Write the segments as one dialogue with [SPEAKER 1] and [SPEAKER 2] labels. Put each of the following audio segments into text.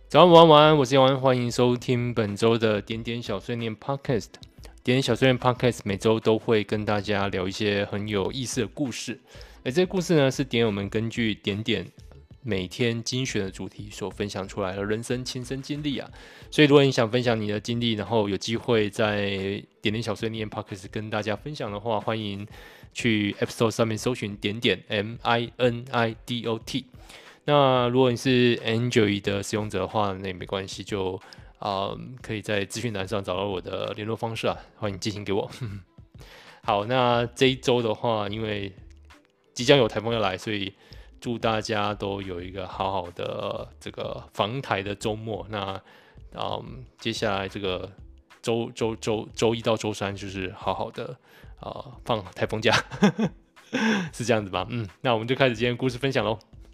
[SPEAKER 1] 早安，晚安，晚安，我是杨安，欢迎收听本周的点点小碎念 Podcast。点点小碎念 Podcast 每周都会跟大家聊一些很有意思的故事。这些故事呢是点友们根据点点每天精选的主题所分享出来的人生亲身经历啊。所以如果你想分享你的经历，然后有机会在点点小碎念 Podcast 跟大家分享的话，欢迎去 App Store 上面搜寻点点 MINIDOT。那如果你是 Android 的使用者的话，那也没关系，就可以在资讯栏上找到我的联络方式啊，欢迎寄信给我。好，那这一周的话，因为即将有台风要来，所以祝大家都有一个好好的这个防台的周末。那接下来这个周一到周三就是好好的放台风假，是这样子吧？那我们就开始今天的故事分享喽。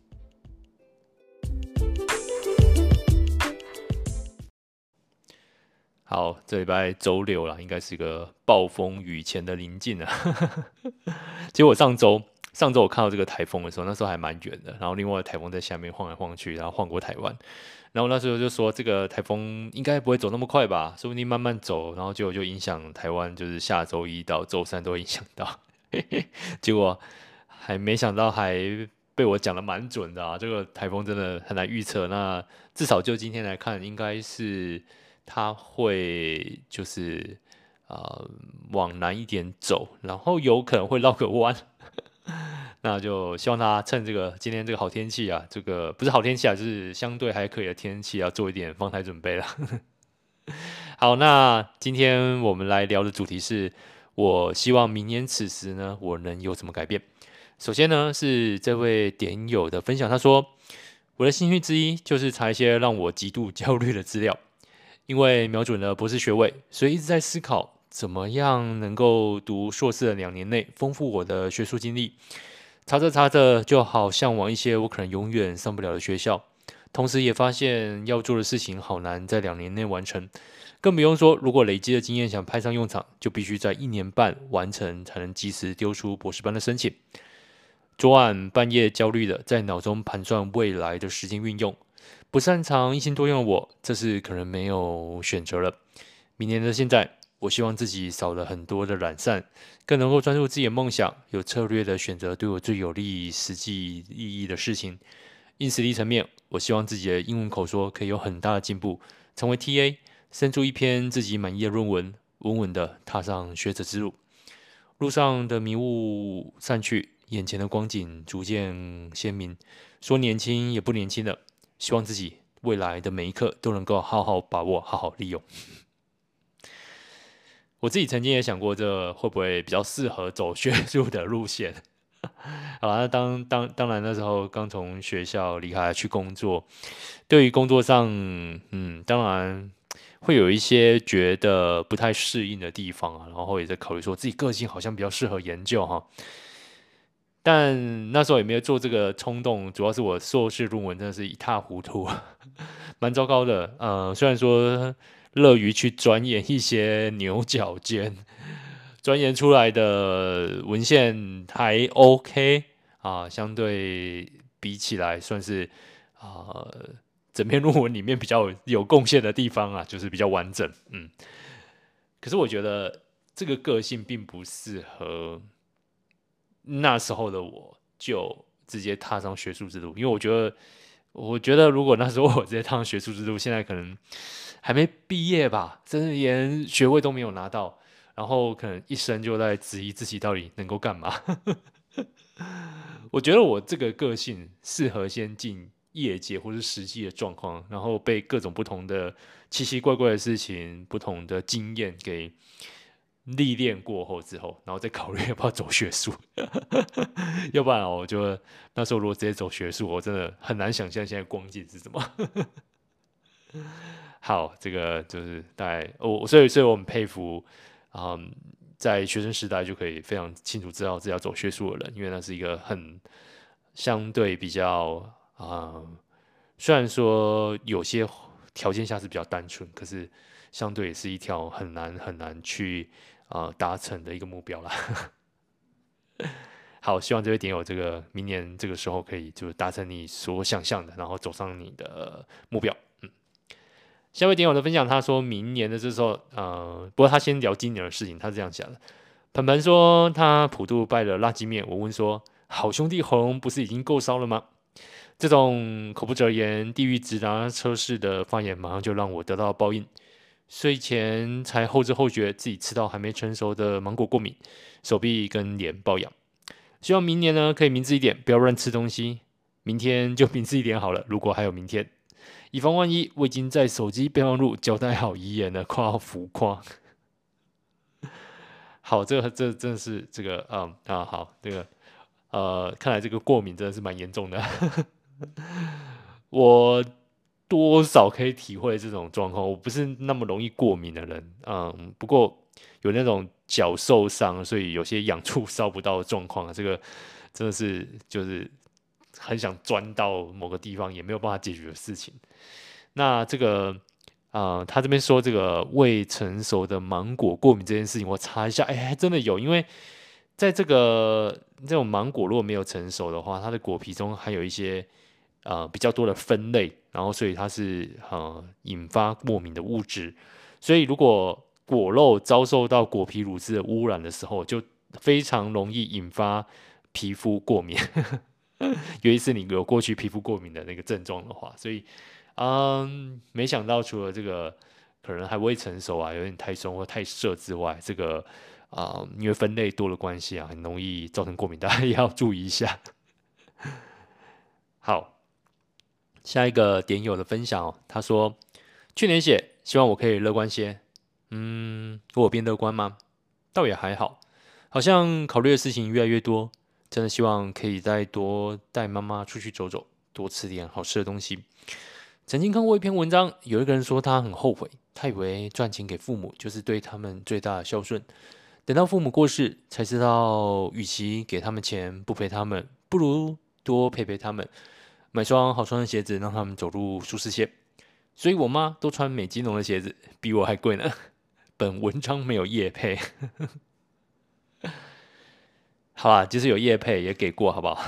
[SPEAKER 1] 好，这礼拜周六啦，应该是一个暴风雨前的临近啊。结果上周我看到这个台风的时候，那时候还蛮远的，然后另外台风在下面晃来晃去，然后晃过台湾，然后那时候就说这个台风应该不会走那么快吧，说不定慢慢走，然后结果就影响台湾，就是下周一到周三都会影响到。结果还没想到还被我讲的蛮准的啊，这个台风真的很难预测。那至少就今天来看，应该是它会就是往南一点走，然后有可能会绕个弯。那就希望他趁这个今天这个好天气啊，这个不是好天气啊，就是相对还可以的天气，要做一点防台准备了。好，那今天我们来聊的主题是，我希望明年此时呢，我能有什么改变？首先呢，是这位点友的分享，他说，我的兴趣之一就是查一些让我极度焦虑的资料，因为瞄准了博士学位，所以一直在思考怎么样能够读硕士的2年内丰富我的学术经历。查着查着，就好向往一些我可能永远上不了的学校，同时也发现要做的事情好难在2年内完成，更不用说如果累积的经验想派上用场，就必须在1年半完成，才能及时丢出博士班的申请。昨晚半夜焦虑的在脑中盘算未来的时间运用，不擅长一心多用的我，这次可能没有选择了。明年的现在，我希望自己少了很多的懒散，更能够专注自己的梦想，有策略的选择对我最有利、实际意义的事情。硬实力层面，我希望自己的英文口说可以有很大的进步，成为 TA，生出一篇自己满意的论文，稳稳的踏上学者之路。路上的迷雾散去，眼前的光景逐渐鲜明。说年轻也不年轻了，希望自己未来的每一刻都能够好好把握，好好利用。我自己曾经也想过，这会不会比较适合走学术的路线？好啦，那当然那时候刚从学校离开去工作，对于工作上，当然会有一些觉得不太适应的地方啊，然后也在考虑说自己个性好像比较适合研究哈，但那时候也没有做这个冲动，主要是我硕士论文真的是一塌糊涂，蛮糟糕的。虽然说乐于去钻研一些牛角尖，钻研出来的文献还 OK 啊，相对比起来算是啊、整篇论文里面比较有贡献的地方啊，就是比较完整。可是我觉得这个个性并不适合那时候的我，就直接踏上学术之路，因为我觉得如果那时候我直接踏上学术之路，现在可能还没毕业吧，甚至连学位都没有拿到，然后可能一生就在质疑自己到底能够干嘛。我觉得我这个个性适合先进业界或是实际的状况，然后被各种不同的奇奇怪怪的事情、不同的经验给历练过后之后，然后再考虑要不要走学术。要不然我觉得那时候如果直接走学术，我真的很难想象现在光景是什么。好，这个就是大概所以我很佩服，嗯，在学生时代就可以非常清楚知道自己要走学术的人，因为那是一个很相对比较虽然说有些条件下是比较单纯，可是相对也是一条很难很难去达成的一个目标啦。好，希望这位点友这个明年这个时候可以就达成你所想象的，然后走上你的目标。 下位点友的分享，他说明年的这时候，不过他先聊今年的事情，他是这样讲的。盆盆说他普渡拜了辣鸡面，我问说，好兄弟喉咙不是已经够烧了吗？这种口不择言、地狱直达车式的发言，马上就让我得到报应。睡前才后知后觉，自己吃到还没成熟的芒果过敏，手臂跟脸爆痒。希望明年呢可以明智一点，不要乱吃东西。明天就明智一点好了，如果还有明天，以防万一，我已经在手机备忘录交代好遗言了。（括号浮夸）好，这真的是这个好，这个看来这个过敏真的是蛮严重的。我多少可以体会这种状况，我不是那么容易过敏的人，不过有那种脚受伤，所以有些痒处烧不到的状况，这个真的是就是很想钻到某个地方，也没有办法解决的事情。那这个他这边说这个未成熟的芒果过敏这件事情，我查一下，哎，还真的有，因为在这种芒果如果没有成熟的话，它的果皮中还有一些比较多的酚类，然后所以它是引发过敏的物质，所以如果果肉遭受到果皮乳汁的污染的时候，就非常容易引发皮肤过敏。尤其是你有过去皮肤过敏的那个症状的话，所以没想到除了这个可能还未成熟啊，有点太松或太涩之外，这个因为分类多的关系啊，很容易造成过敏，大家也要注意一下。好，下一个点友的分享哦，他说去年写希望我可以乐观些，我变乐观吗？倒也还好，好像考虑的事情越来越多，真的希望可以再多带妈妈出去走走，多吃点好吃的东西。曾经看过一篇文章，有一个人说他很后悔，他以为赚钱给父母就是对他们最大的孝顺。等到父母过世，才知道，与其给他们钱不陪他们，不如多陪陪他们，买双好穿的鞋子，让他们走路舒适些。所以我妈都穿美津浓的鞋子，比我还贵呢。本文章没有业配，好吧，就是有业配也给过，好不好？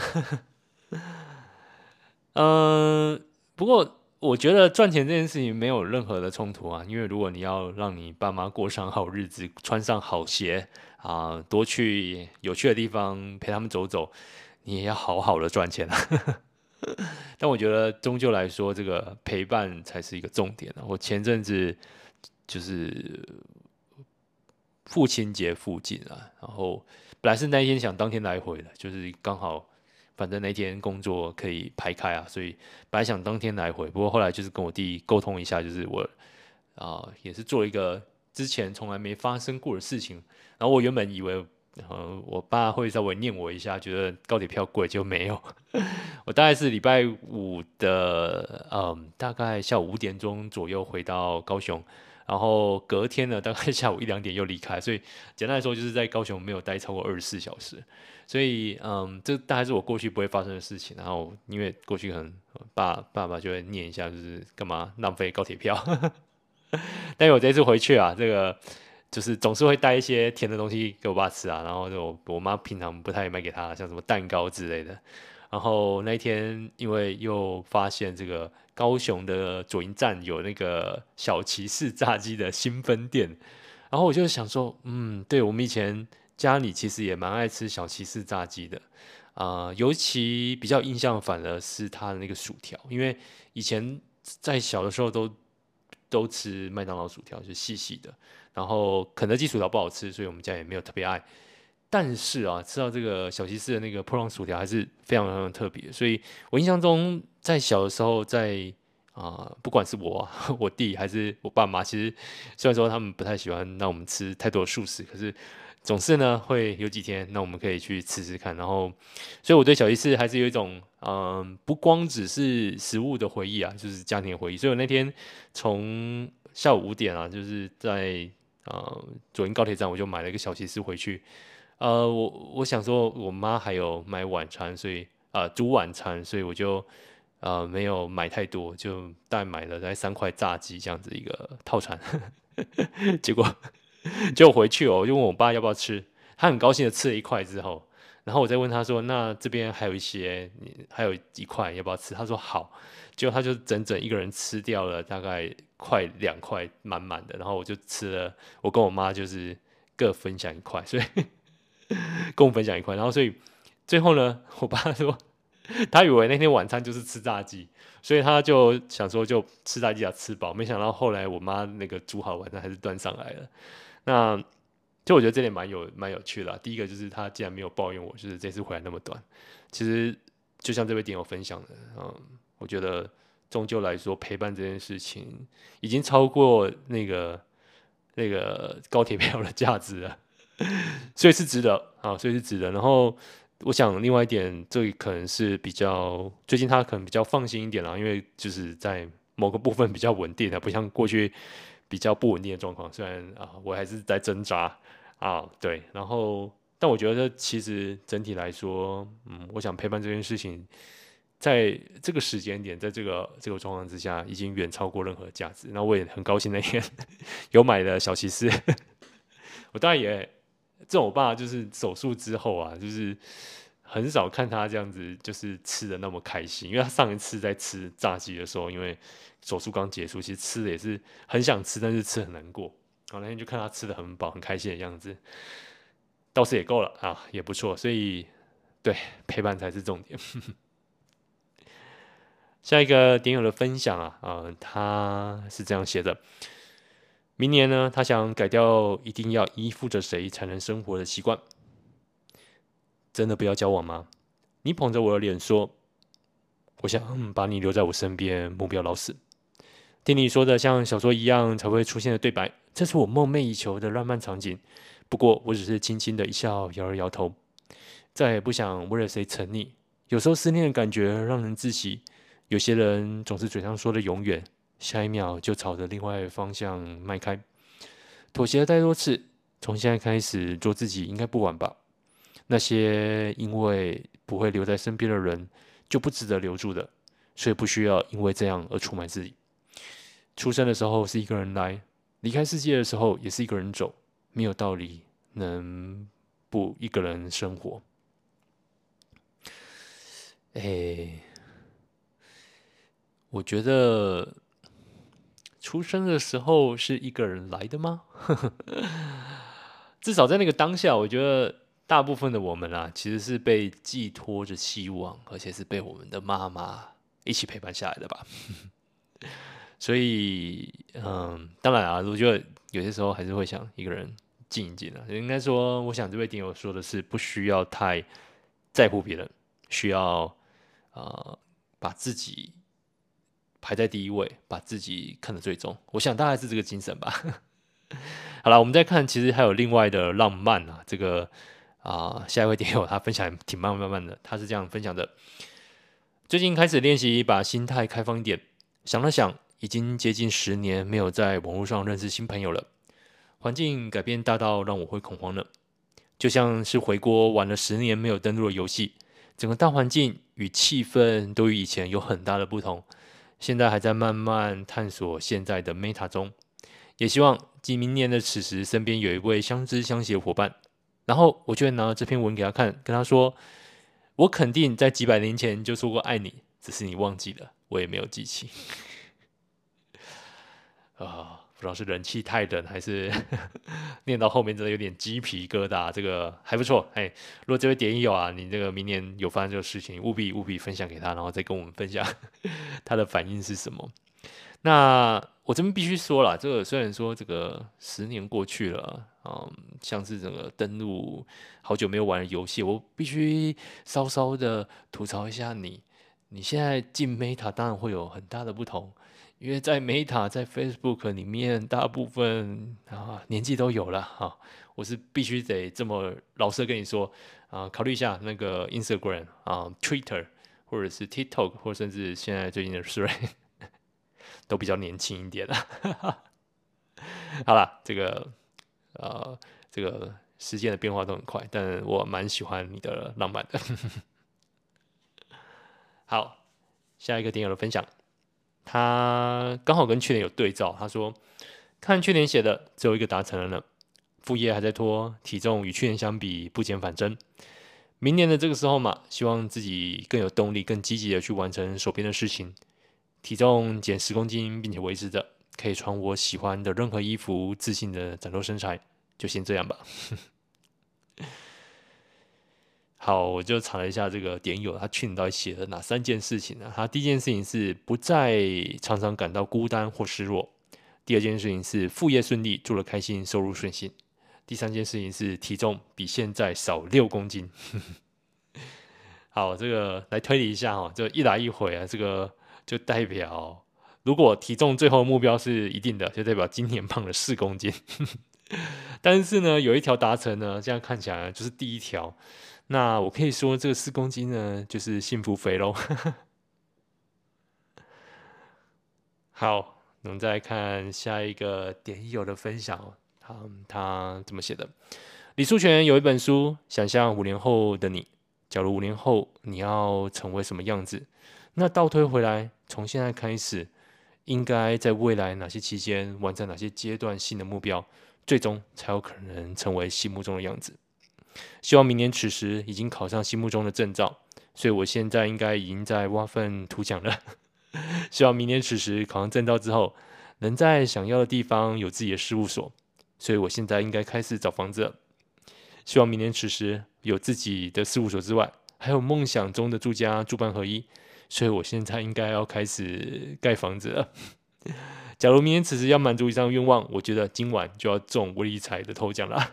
[SPEAKER 1] 嗯，不过我觉得赚钱这件事情没有任何的冲突啊，因为如果你要让你爸妈过上好日子，穿上好鞋多去有趣的地方陪他们走走，你也要好好的赚钱啊。但我觉得终究来说，这个陪伴才是一个重点啊。我前阵子就是父亲节附近啊，然后本来是那一天想当天来回的，就是刚好反正那天工作可以排开啊，所以本来想当天来回，不过后来就是跟我弟沟通一下，就是我也是做一个之前从来没发生过的事情，然后我原本以为我爸会稍微念我一下，觉得高铁票贵，就没有。我大概是礼拜五的大概下午5点钟左右回到高雄，然后隔天呢大概下午1、2点又离开，所以简单来说就是在高雄没有待超过24小时。所以这大概是我过去不会发生的事情。然后因为过去可能爸爸就会念一下，就是干嘛浪费高铁票。但是我这次回去啊，这个就是总是会带一些甜的东西给我爸吃啊，然后我妈平常不太买给他，像什么蛋糕之类的。然后那一天因为又发现这个高雄的左营站有那个小骑士炸鸡的新分店，然后我就想说，对我们以前家里其实也蛮爱吃小骑士炸鸡的。尤其比较印象反而是它的那个薯条，因为以前在小的时候都吃麦当劳薯条，就细细的，然后肯德基薯条不好吃，所以我们家也没有特别爱。但是啊，吃到这个小骑士的那个破浪薯条还是非常非常特别，所以我印象中在小的时候在，不管是我我弟还是我爸妈，其实虽然说他们不太喜欢让我们吃太多的素食，可是总是呢会有几天，那我们可以去吃吃看。然后，所以我对小骑士还是有一种不光只是食物的回忆啊，就是家庭的回忆。所以我那天从下午5点啊，就是在左营高铁站，我就买了一个小骑士回去。我想说，我妈还有买晚餐，所以煮晚餐，所以我就没有买太多，就大概买了大概3块炸鸡这样子一个套餐。结果回去哦，我就问我爸要不要吃，他很高兴的吃了1块之后， 然后我再问他说，那这边还有一些，你还有一块要不要吃？他说好，结果他就整整一个人吃掉了大概快2块满满的，然后我就吃了，我跟我妈就是各分享一块，所以跟我分享一块，然后所以最后呢，我爸说他以为那天晚餐就是吃炸鸡，所以他就想说就吃炸鸡啊吃饱，没想到后来我妈那个煮好的晚餐还是端上来了。那就我觉得这点蛮有趣的啦。第一个就是他竟然没有抱怨我，就是这次回来那么短。其实就像这位点友分享的，我觉得终究来说，陪伴这件事情已经超过那个高铁票的价值了，所以是值得啊，所以是值得。然后我想另外一点，这可能是比较最近他可能比较放心一点啦，因为就是在某个部分比较稳定的，不像过去比较不稳定的状况。虽然我还是在挣扎对，然后但我觉得其实整体来说，我想陪伴这件事情，在这个时间点，在这个状况之下，已经远超过任何价值。那我也很高兴那天有买了小骑士，我当然也这种我爸就是手术之后啊，就是很少看他这样子，就是吃的那么开心。因为他上一次在吃炸鸡的时候，因为手术刚结束，其实吃的也是很想吃，但是吃很难过。然后那天就看他吃的很饱、很开心的样子，倒是也够了也不错。所以对，陪伴才是重点。下一个点友的分享他是这样写的：明年呢，他想改掉一定要依附着谁才能生活的习惯。真的不要交往吗？你捧着我的脸说，我想把你留在我身边，目标老死。听你说的像小说一样才会出现的对白，这是我梦寐以求的浪漫场景。不过我只是轻轻的一笑，摇了摇头，再也不想为了谁沉溺。有时候思念的感觉让人窒息。有些人总是嘴上说的永远，下一秒就朝着另外方向迈开。妥协了太多次，从现在开始做自己应该不晚吧。那些因为不会留在身边的人，就不值得留住的，所以不需要因为这样而出卖自己。出生的时候是一个人来，离开世界的时候也是一个人走，没有道理能不一个人生活。我觉得出生的时候是一个人来的吗？至少在那个当下，我觉得大部分的我们其实是被寄托着希望，而且是被我们的妈妈一起陪伴下来的吧。所以，当然我觉得有些时候还是会想一个人静一静应该说，我想这位听友说的是，不需要太在乎别人，需要把自己排在第一位，把自己看得最重。我想大概是这个精神吧。好了，我们再看，其实还有另外的浪漫这个下一位点友他分享挺慢的，他是这样分享的：最近开始练习把心态开放一点，想了想，已经接近10年没有在网络上认识新朋友了，环境改变大到让我会恐慌了，就像是回国玩了10年没有登录的游戏，整个大环境与气氛都与以前有很大的不同。现在还在慢慢探索现在的 Meta 中，也希望今明年的此时，身边有一位相知相惜的伙伴。然后我就会拿这篇文给他看，跟他说：我肯定在几百年前就说过爱你，只是你忘记了，我也没有记起。不知道是人气太冷，还是念到后面真的有点鸡皮疙瘩。这个还不错，如果这位点友你这个明年有发生这个事情，务必分享给他，然后再跟我们分享他的反应是什么。那我这边必须说了，这个虽然说这个10年过去了，像是整个登录好久没有玩的游戏，我必须稍稍的吐槽一下你。你现在进 Meta 当然会有很大的不同，因为在 Meta 在 Facebook 里面，大部分年纪都有了我是必须得这么老实跟你说考虑一下那个 Instagram Twitter 或者是 TikTok， 或甚至现在最近的 Threads 都比较年轻一点好啦，这个时间的变化都很快，但我蛮喜欢你的浪漫的。好，下一个点友的分享，他刚好跟去年有对照，他说看去年写的只有一个达成了呢，副业还在拖，体重与去年相比不减反增， 明年的这个时候嘛，希望自己更有动力、更积极的去完成手边的事情，体重减10公斤，并且维持着可以穿我喜欢的任何衣服，自信的展露身材，就先这样吧。好，我就查了一下这个点友，他去年到底写了哪3件事情呢？他第一件事情是不再常常感到孤单或失落，第二件事情是副业顺利，做了开心，收入顺心，第三件事情是体重比现在少6公斤。好，这个来推理一下哈，就一来一回啊，这个就代表如果体重最后目标是一定的，就代表今年胖了4公斤。但是呢，有一条达成呢，这样看起来就是第一条。那我可以说这个4公斤呢，就是幸福肥喽。好，我们再来看下一个点友的分享哦，他怎么写的？李书全有一本书，想象5年后的你，假如5年后你要成为什么样子？那倒推回来，从现在开始，应该在未来哪些期间完成哪些阶段性的目标，最终才有可能成为心目中的样子？希望明年此时已经考上心目中的证照，所以我现在应该已经在挖粪土墙了。希望明年此时考上证照之后，能在想要的地方有自己的事务所，所以我现在应该开始找房子了。希望明年此时有自己的事务所之外，还有梦想中的住家住办合一，所以我现在应该要开始盖房子了。假如明年此时要满足以上的愿望，我觉得今晚就要中威力彩的头奖了。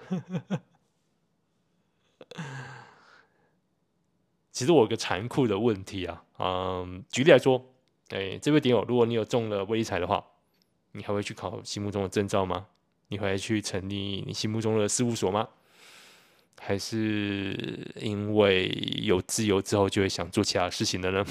[SPEAKER 1] 其实我有个残酷的问题啊，举例来说，这位点友，如果你有中了威力彩的话，你还会去考心目中的证照吗？你会去成立你心目中的事务所吗？还是因为有自由之后就会想做其他事情的呢？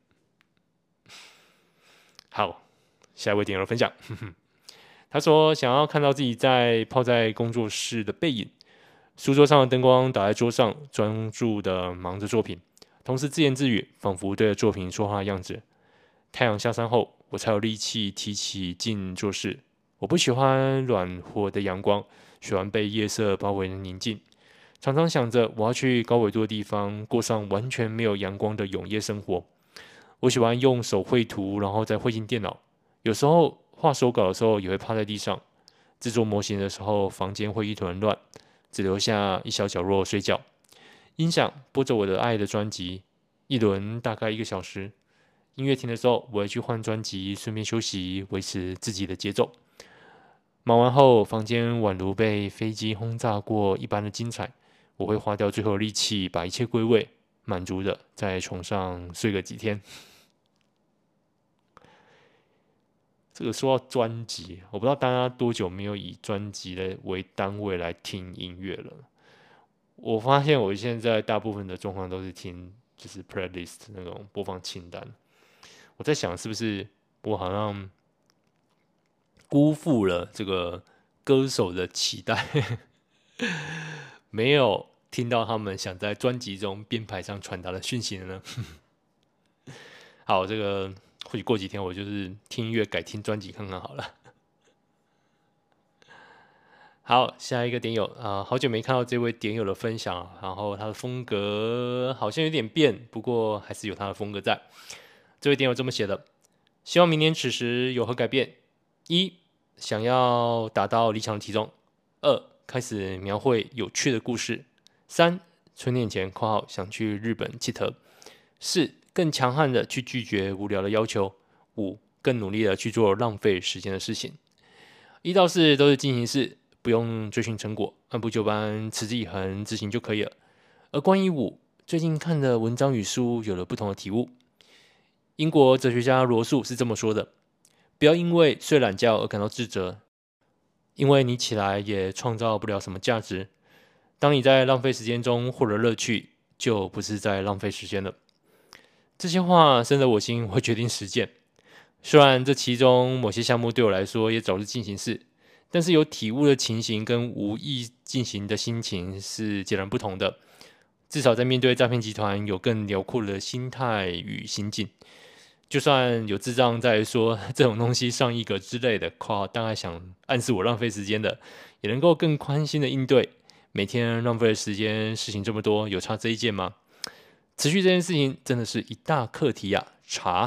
[SPEAKER 1] 好，下一位点友分享，他说想要看到自己泡在工作室的背影，书桌上的灯光打在桌上，专注的忙着作品，同时自言自语，仿佛对着作品说话的样子。太阳下山后，我才有力气提起劲做事。我不喜欢暖和的阳光，喜欢被夜色包围的宁静。常常想着我要去高纬度的地方，过上完全没有阳光的永夜生活。我喜欢用手绘图，然后再绘进电脑。有时候画手稿的时候，也会趴在地上。制作模型的时候，房间会一团乱，只留下一小角落睡觉。音响播着我的爱的专辑，一轮大概1个小时。音乐停的时候，我会去换专辑，顺便休息，维持自己的节奏。忙完后，房间宛如被飞机轰炸过一般的精彩。我会花掉最后的力气，把一切归位，满足的在床上睡个几天。这个说到专辑，我不知道大家多久没有以专辑为单位来听音乐了。我发现我现在大部分的状况都是听就是 playlist 那种播放清单。我在想，是不是我好像辜负了这个歌手的期待，没有听到他们想在专辑中编排上传达的讯息呢？好，这个或许过几天我就是听音乐改听专辑看看好了。好，下一个点友好久没看到这位点友的分享，然后他的风格好像有点变，不过还是有他的风格在。这位点友这么写的：希望明年此时有何改变？一，想要达到理想的体重；二，开始描绘有趣的故事；三，春天前（括号想去日本气头）；四，更强悍的去拒绝无聊的要求；五，更努力的去做浪费时间的事情。1到4都是进行式，不用追寻成果，按部就班，持之以恒执行就可以了。而关于5，最近看的文章与书有了不同的体悟。英国哲学家罗素是这么说的：不要因为睡懒觉而感到自责，因为你起来也创造不了什么价值。当你在浪费时间中获得乐趣，就不是在浪费时间了。这些话深得我心，我决定实践。虽然这其中某些项目对我来说也早是进行式，但是有体悟的情形跟无意进行的心情是截然不同的。至少在面对诈骗集团，有更辽阔的心态与心境。就算有智障在说这种东西上亿个之类的，大概想暗示我浪费时间的，也能够更宽心的应对， 每天浪费的时间，事情这么多，有差这一件吗？持续这件事情真的是一大课题呀、查。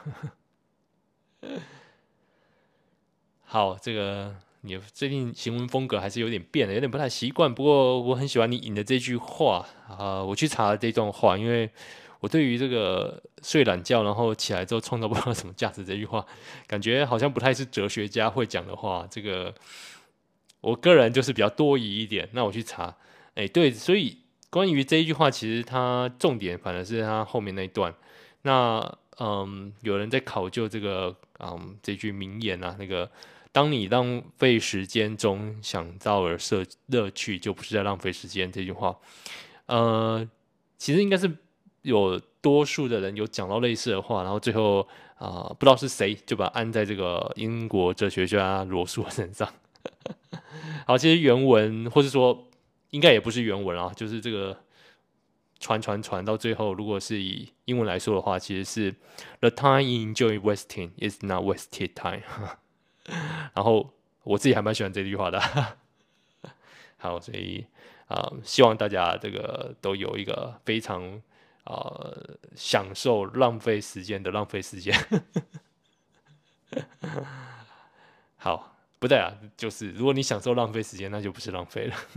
[SPEAKER 1] 好，这个你最近行文风格还是有点变了，有点不太习惯。不过我很喜欢你引的这句话我去查了这段话，因为我对于这个睡懒觉然后起来之后创造不了什么价值这句话，感觉好像不太是哲学家会讲的话。这个我个人就是比较多疑一点。那我去查，哎，对，所以关于这一句话，其实它重点反而是它后面那一段。那有人在考究这个这句名言啊，那个当你浪费时间中想到而设乐趣，就不是在浪费时间这句话。呃，其实应该是有多数的人有讲到类似的话，然后最后不知道是谁就把它安在这个英国哲学家罗素身上。好，其实原文或是说应该也不是原文啊，就是这个传到最后，如果是以英文来说的话，其实是 The time you enjoy wasting is not wasted time 然后我自己还蛮喜欢这句话的。好，所以希望大家这个都有一个非常享受浪费时间的浪费时间。好，不对啊，就是如果你享受浪费时间，那就不是浪费了。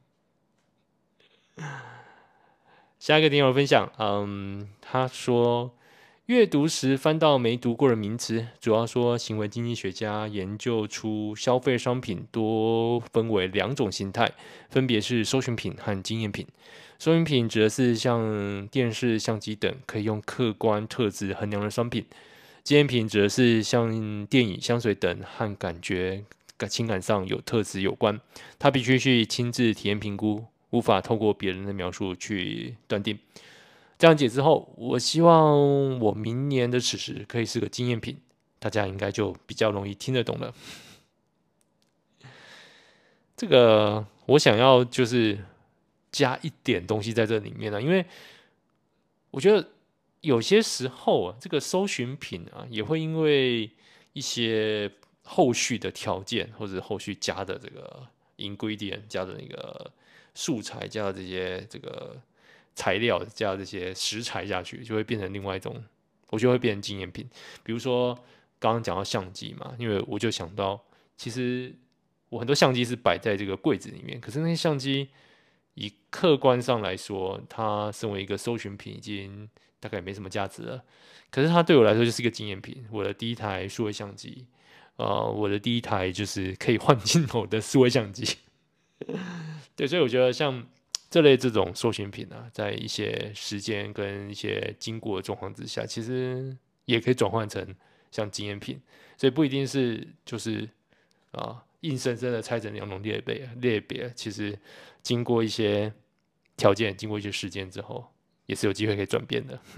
[SPEAKER 1] 下一个听友分享，他说阅读时翻到没读过的名词，主要说行为经济学家研究出消费商品多分为两种形态，分别是搜寻品和经验品。搜寻品指的是像电视、相机等可以用客观特质衡量的商品，经验品指的是像电影、香水等和感觉、情感上有特质有关，他必须去亲自体验评估，无法透过别人的描述去断定。这样解之后，我希望我明年的此时可以是个经验品，大家应该就比较容易听得懂了。这个我想要就是加一点东西在这里面呢，因为我觉得有些时候这个搜寻品也会因为一些后续的条件或者后续加的这个 ingredient 加的那个素材加的这些这个材料加这些食材下去，就会变成另外一种，我觉得会变成纪念品。比如说刚刚讲到相机嘛，因为我就想到，其实我很多相机是摆在这个柜子里面，可是那些相机以客观上来说，它身为一个搜寻品，已经大概没什么价值了。可是它对我来说就是一个纪念品，我的第一台数位相机，我的第一台就是可以换镜头的数位相机。对，所以我觉得像这种搜寻品在一些时间跟一些经过的状况之下，其实也可以转换成像纪念品，所以不一定是就是硬生生的拆成两种列别，其实经过一些条件，经过一些时间之后，也是有机会可以转变的。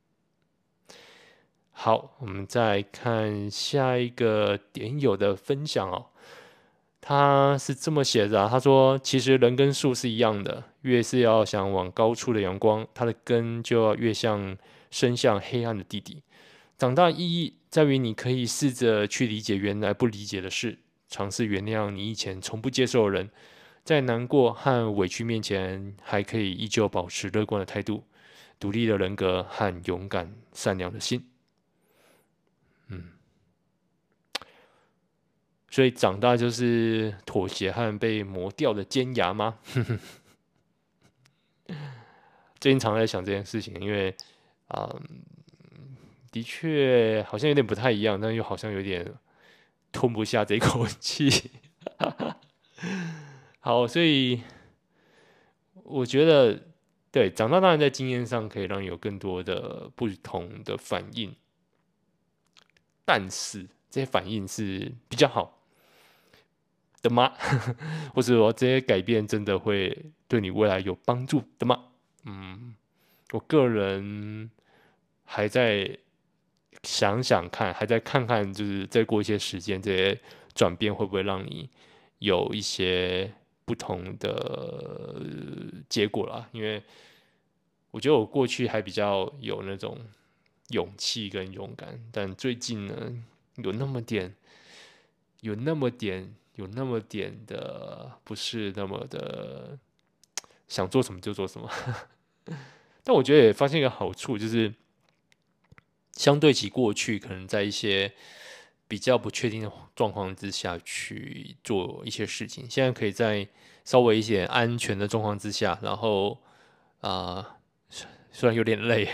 [SPEAKER 1] 好，我们再看下一个点友的分享哦。他是这么写的他说：“其实人跟树是一样的，越是要想往高处的阳光，它的根就要越伸向黑暗的地底。长大意义在于你可以试着去理解原来不理解的事，尝试原谅你以前从不接受的人，在难过和委屈面前，还可以依旧保持乐观的态度、独立的人格和勇敢善良的心。”所以长大就是妥协和被磨掉的尖牙吗？最近常在想这件事情，因为的确好像有点不太一样，但又好像有点吞不下这口气。好，所以我觉得，对，长大当然在经验上可以让你有更多的不同的反应，但是这些反应是比较好的吗？或者说这些改变真的会对你未来有帮助的吗？我个人还在想想看，还在看看，就是再过一些时间，这些转变会不会让你有一些不同的结果啦？因为我觉得我过去还比较有那种勇气跟勇敢，但最近呢，有那么点，有那么点的不是那么的。 想做什么就做什么。但我觉得也发现一个好处，就是相对起过去，可能在一些比较不确定的状况之下去做一些事情，现在可以在稍微一些安全的状况之下，然后啊、虽然有点累，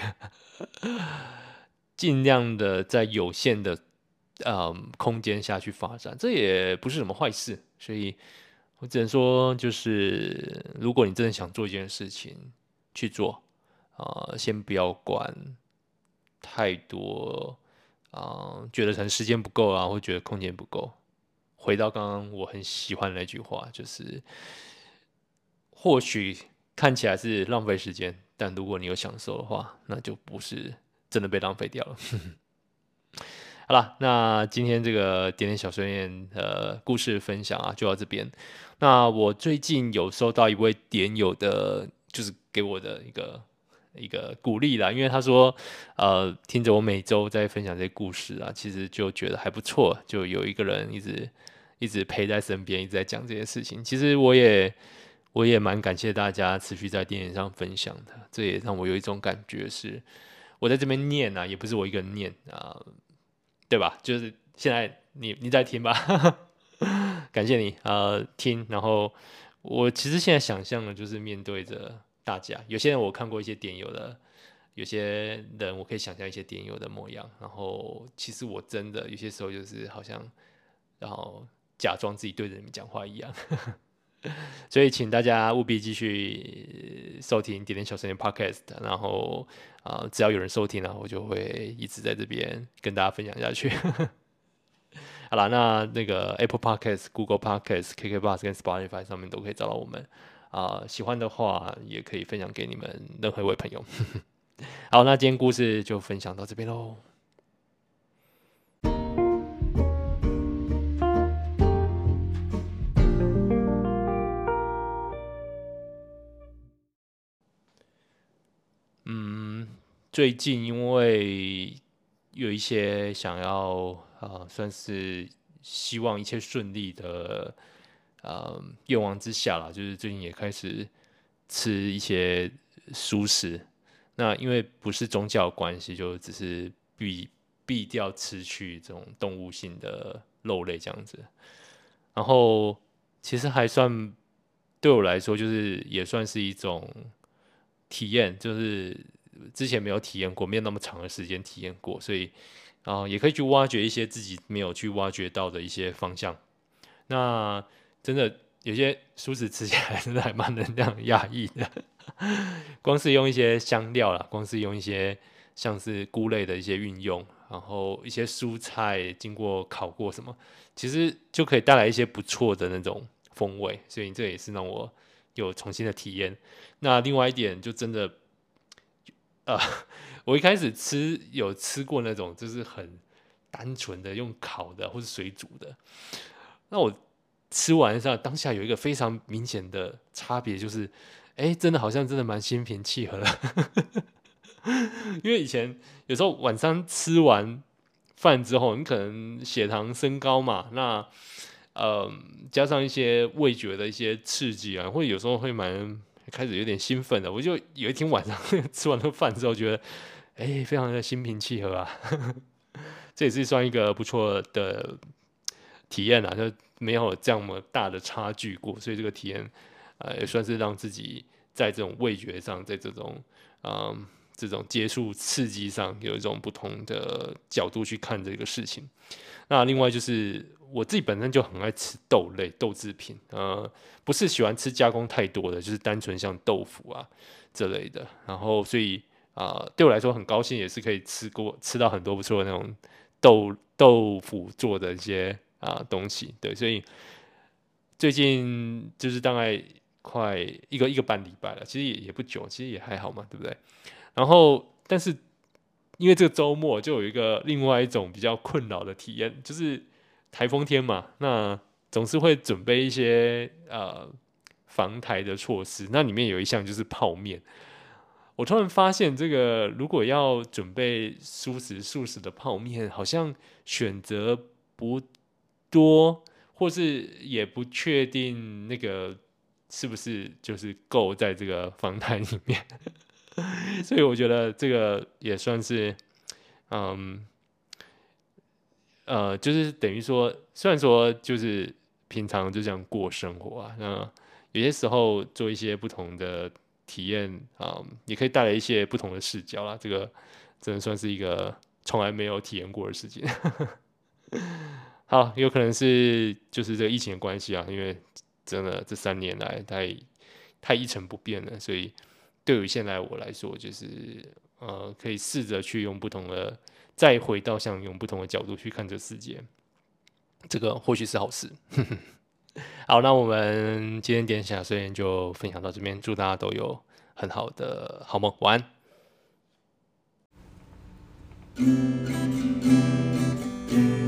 [SPEAKER 1] 尽量的在有限的空间下去发展，这也不是什么坏事。所以我只能说，就是如果你真的想做一件事情去做，先不要管太多，觉得可能时间不够啊，或觉得空间不够。回到刚刚我很喜欢的那句话，就是或许看起来是浪费时间，但如果你有享受的话，那就不是真的被浪费掉了。好啦，那今天这个点点小碎念故事分享啊，就到这边。那我最近有收到一位点友的，就是给我的一个鼓励啦，因为他说，听着我每周在分享这些故事啊，其实就觉得还不错，就有一个人一直陪在身边，一直在讲这些事情。其实我也蛮感谢大家持续在电影上分享的，这也让我有一种感觉是，我在这边念啊，也不是我一个人念啊，对吧？就是现在你在听吧，感谢你听。然后我其实现在想象的就是面对着大家，有些人我看过一些点友的，有些人我可以想象一些点友的模样。然后其实我真的有些时候就是好像，然后假装自己对着你们讲话一样。所以请大家务必继续收听点点小声的 Podcast，然后只要有人收听了，我就会一直在这边跟大家分享下去。好啦，那个 Apple Podcast、Google Podcast、KKBox 跟 Spotify 上面都可以找到我们。喜欢的话也可以分享给你们任何一位朋友。好，那今天故事就分享到这边喽。嗯，最近因为有一些想要算是希望一切顺利的愿望之下啦，就是最近也开始吃一些蔬食。那因为不是宗教关系，就只是避掉吃去这种动物性的肉类这样子。然后其实还算对我来说，就是也算是一种体验，就是之前没有体验过，没有那么长的时间体验过，所以也可以去挖掘一些自己没有去挖掘到的一些方向。那真的有些蔬食吃起来真的还蛮能量压抑的，光是用一些香料啦，光是用一些像是菇类的一些运用，然后一些蔬菜经过烤过什么，其实就可以带来一些不错的那种风味，所以这也是让我有重新的体验。那另外一点就真的，呃，我一开始有吃过那种就是很单纯的用烤的或是水煮的，那我吃完上当下有一个非常明显的差别，就是真的好像真的蛮心平气和的。因为以前有时候晚上吃完饭之后，你可能血糖升高嘛，那加上一些味觉的一些刺激啊，或者有时候会开始有点兴奋的。我就有一天晚上吃完那个饭之后，觉得非常的心平气和啊，这也是算一个不错的体验啊，就没有这样么大的差距过，所以这个体验也算是让自己在这种味觉上，在这种接触刺激上有一种不同的角度去看这个事情。那另外就是我自己本身就很爱吃豆类、豆制品，不是喜欢吃加工太多的，就是单纯像豆腐啊这类的。然后所以对我来说很高兴，也是可以吃到很多不错的那种豆腐做的一些东西。对，所以最近就是大概快一个半礼拜了，其实也不久，其实也还好嘛，对不对？然后，但是因为这个周末就有一个另外一种比较困扰的体验，就是台风天嘛，那总是会准备一些防台的措施，那里面有一项就是泡面。我突然发现，这个如果要准备素食的泡面，好像选择不多，或是也不确定那个是不是就是够在这个房贷里面？所以我觉得这个也算是，就是等于说，虽然说就是平常就这样过生活啊，那有些时候做一些不同的体验也可以带来一些不同的视角啦。这个真的算是一个从来没有体验过的事情。好，有可能是就是这个疫情的关系啊，因为真的这3年来太一成不变了，所以对于现在我来说，就是可以试着去用不同的，再回到像用不同的角度去看这个世界，这个或许是好事。好，那我们今天点小碎念就分享到这边，祝大家都有很好的好梦，晚安。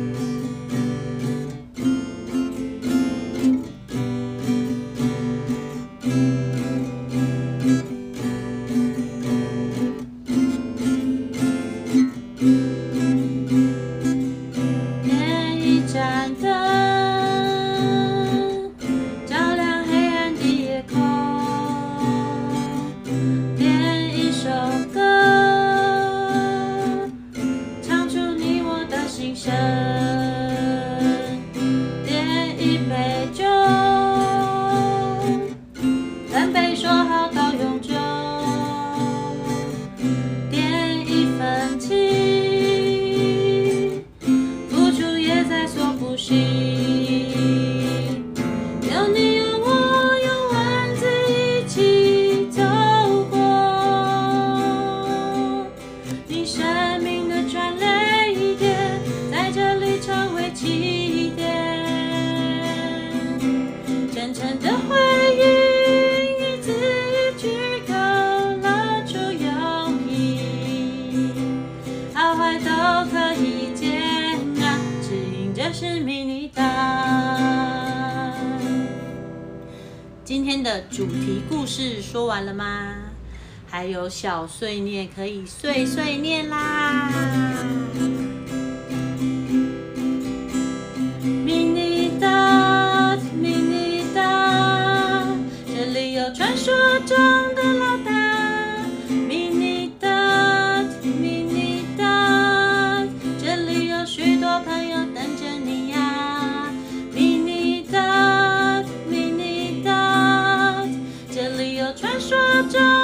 [SPEAKER 2] 今天的主题故事说完了吗？还有小碎念可以碎碎念啦。Mini Dot Mini Dot， 这里有传说中的老大。Mini Dot Mini Dot， 这里有许多朋友等着你呀。Mini Dot Mini Dot， 这里有传说中